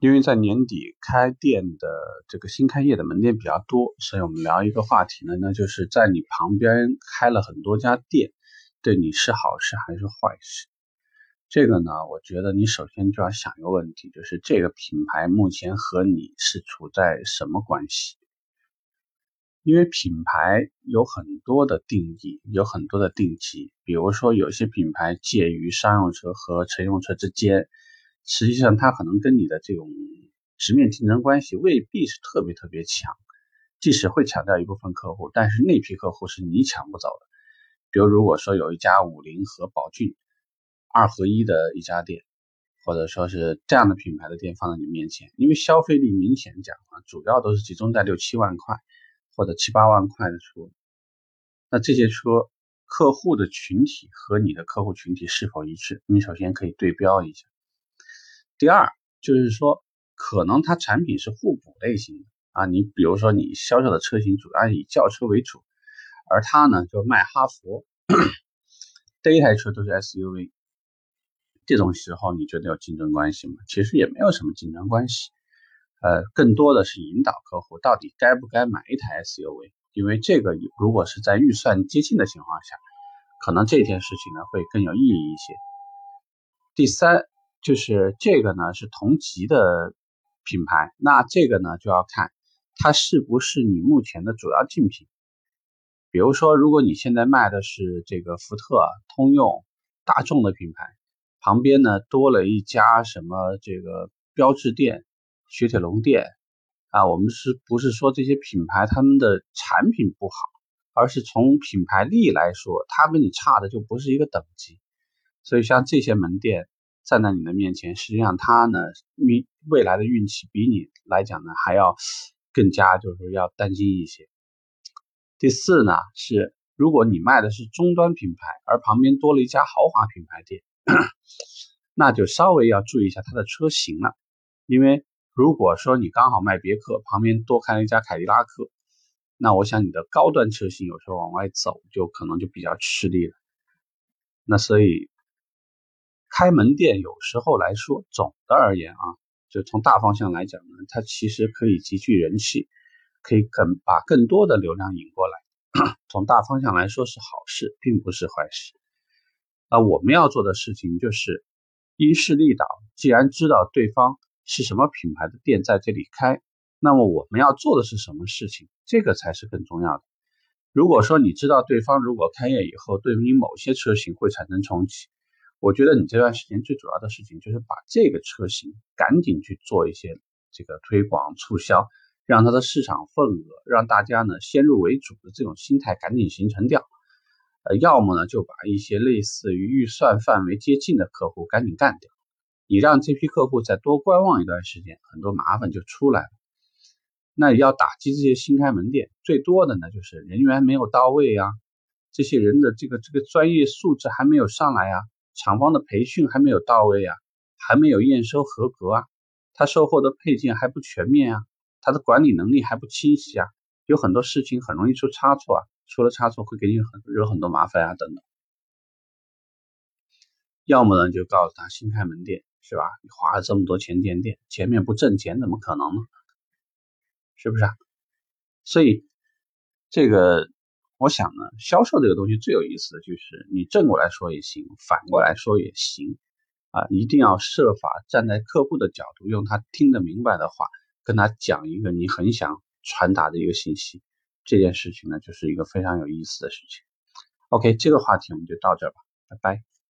因为在年底开店的这个新开业的门店比较多，所以我们聊一个话题呢，那就是在你旁边开了很多家店，对你是好事还是坏事？这个呢，我觉得你首先就要想一个问题，就是这个品牌目前和你是处在什么关系？因为品牌有很多的定义，有很多的定级，比如说有些品牌介于商用车和乘用车之间，实际上它可能跟你的这种直面竞争关系未必是特别强，即使会抢掉一部分客户，但是那批客户是你抢不走的。比如如果说有一家五菱和宝骏二合一的一家店，或者说是这样的品牌的店放在你面前，因为消费力明显讲啊，主要都是集中在6、7万块或者7、8万块的车，那这些车客户的群体和你的客户群体是否一致？你首先可以对标一下。第二就是说，可能它产品是互补类型的啊，你比如说你销售的车型主要以轿车为主，而它呢就卖哈佛，这一台车都是 SUV， 这种时候你觉得有竞争关系吗？其实也没有什么竞争关系，更多的是引导客户到底该不该买一台 SUV， 因为这个如果是在预算接近的情况下，可能这件事情呢会更有意义一些。第三就是这个呢是同级的品牌，那这个呢就要看它是不是你目前的主要竞品。比如说如果你现在卖的是这个福特、通用、大众的品牌，旁边呢多了一家什么这个标致店、雪铁龙店啊，我们不是说这些品牌他们的产品不好，而是从品牌力来说，它跟你差的就不是一个等级。所以像这些门店站在你的面前，实际上它呢未来的运气比你来讲呢还要更加就是要担心一些。第四呢是如果你卖的是中端品牌，而旁边多了一家豪华品牌店，那就稍微要注意一下它的车型了。因为如果说你刚好卖别克，旁边多开了一家凯迪拉克，那我想你的高端车型有时候往外走就可能就比较吃力了。那所以开门店有时候来说，总的而言啊，就从大方向来讲呢，它其实可以集聚人气，可以把更多的流量引过来。从大方向来说是好事，并不是坏事。我们要做的事情就是因势利导，既然知道对方是什么品牌的店在这里开，那么我们要做的是什么事情，这个才是更重要的。如果说你知道对方如果开业以后对你某些车型会产生冲击，我觉得你这段时间最主要的事情就是把这个车型赶紧去做一些这个推广促销，让它的市场份额，让大家呢先入为主的这种心态赶紧形成掉。要么呢就把一些类似于预算范围接近的客户赶紧干掉，你让这批客户再多观望一段时间，很多麻烦就出来了。那也要打击这些新开门店，最多的呢就是人员没有到位啊，这些人的这个专业素质还没有上来啊，厂方的培训还没有到位啊，还没有验收合格啊，他售后的配件还不全面啊，他的管理能力还不清晰啊，有很多事情很容易出差错啊，出了差错会给你惹很多麻烦啊等等。要么呢就告诉他新开门店是吧，你花了这么多钱建店，前面不挣钱怎么可能呢？是不是啊？所以这个我想呢，销售这个东西最有意思的就是你正过来说也行，反过来说也行啊，一定要设法站在客户的角度，用他听得明白的话跟他讲一个你很想传达的一个信息。这件事情呢就是一个非常有意思的事情。OK， 这个话题我们就到这吧，拜拜。